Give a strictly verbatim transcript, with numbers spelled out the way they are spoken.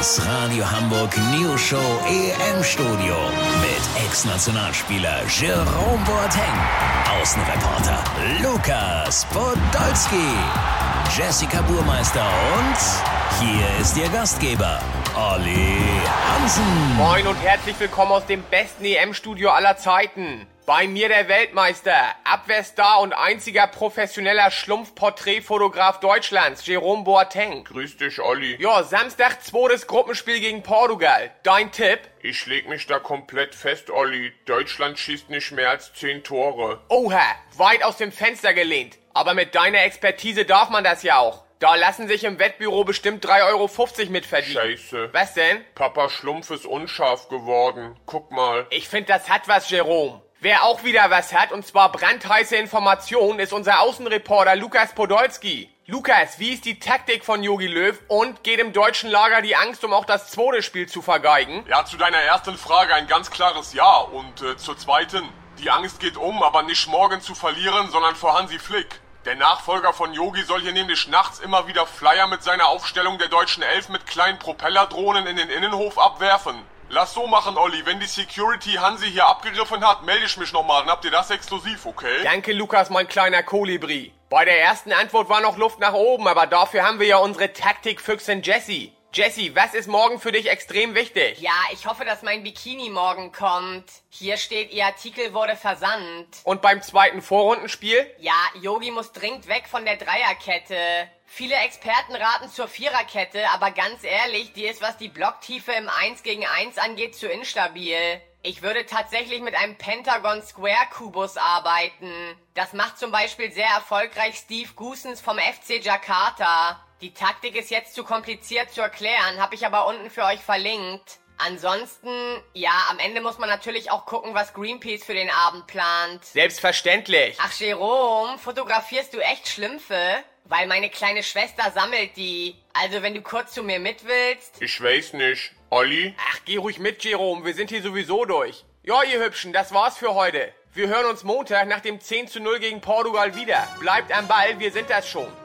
Das Radio Hamburg News Show E M-Studio mit Ex-Nationalspieler Jerome Boateng, Außenreporter Lukas Podolski, Jessica Burmeister und hier ist Ihr Gastgeber, Olli Hansen. Moin und herzlich willkommen aus dem besten E M-Studio aller Zeiten. Bei mir der Weltmeister, Abwehrstar und einziger professioneller Schlumpf-Porträtfotograf Deutschlands, Jerome Boateng. Grüß dich, Olli. Ja, Samstag zweites Gruppenspiel gegen Portugal. Dein Tipp? Ich leg mich da komplett fest, Olli. Deutschland schießt nicht mehr als zehn Tore. Oha, weit aus dem Fenster gelehnt. Aber mit deiner Expertise darf man das ja auch. Da lassen sich im Wettbüro bestimmt drei Euro fünfzig mit verdienen. Scheiße. Was denn? Papa Schlumpf ist unscharf geworden. Guck mal. Ich find, das hat was, Jerome. Wer auch wieder was hat, und zwar brandheiße Informationen, ist unser Außenreporter Lukas Podolski. Lukas, wie ist die Taktik von Jogi Löw und geht im deutschen Lager die Angst, um auch das zweite Spiel zu vergeigen? Ja, zu deiner ersten Frage ein ganz klares Ja. Und äh, zur zweiten, die Angst geht um, aber nicht morgen zu verlieren, sondern vor Hansi Flick. Der Nachfolger von Jogi soll hier nämlich nachts immer wieder Flyer mit seiner Aufstellung der deutschen Elf mit kleinen Propellerdrohnen in den Innenhof abwerfen. Lass so machen, Olli. Wenn die Security Hansi hier abgegriffen hat, melde ich mich nochmal. Dann habt ihr das exklusiv, okay? Danke, Lukas, mein kleiner Kolibri. Bei der ersten Antwort war noch Luft nach oben, aber dafür haben wir ja unsere Taktikfüchsin Jessie. Jessie, was ist morgen für dich extrem wichtig? Ja, ich hoffe, dass mein Bikini morgen kommt. Hier steht, Ihr Artikel wurde versandt. Und beim zweiten Vorrundenspiel? Ja, Jogi muss dringend weg von der Dreierkette. Viele Experten raten zur Viererkette, aber ganz ehrlich, die ist, was die Blocktiefe im eins gegen eins angeht, zu instabil. Ich würde tatsächlich mit einem Pentagon Square Kubus arbeiten. Das macht zum Beispiel sehr erfolgreich Steve Goosens vom F C Jakarta. Die Taktik ist jetzt zu kompliziert zu erklären, habe ich aber unten für euch verlinkt. Ansonsten, ja, am Ende muss man natürlich auch gucken, was Greenpeace für den Abend plant. Selbstverständlich. Ach, Jerome, fotografierst du echt Schlümpfe? Weil meine kleine Schwester sammelt die. Also wenn du kurz zu mir mit willst. Ich weiß nicht. Olli? Ach, geh ruhig mit, Jerome, wir sind hier sowieso durch. Ja, ihr Hübschen, das war's für heute. Wir hören uns Montag nach dem zehn zu null gegen Portugal wieder. Bleibt am Ball, wir sind das schon.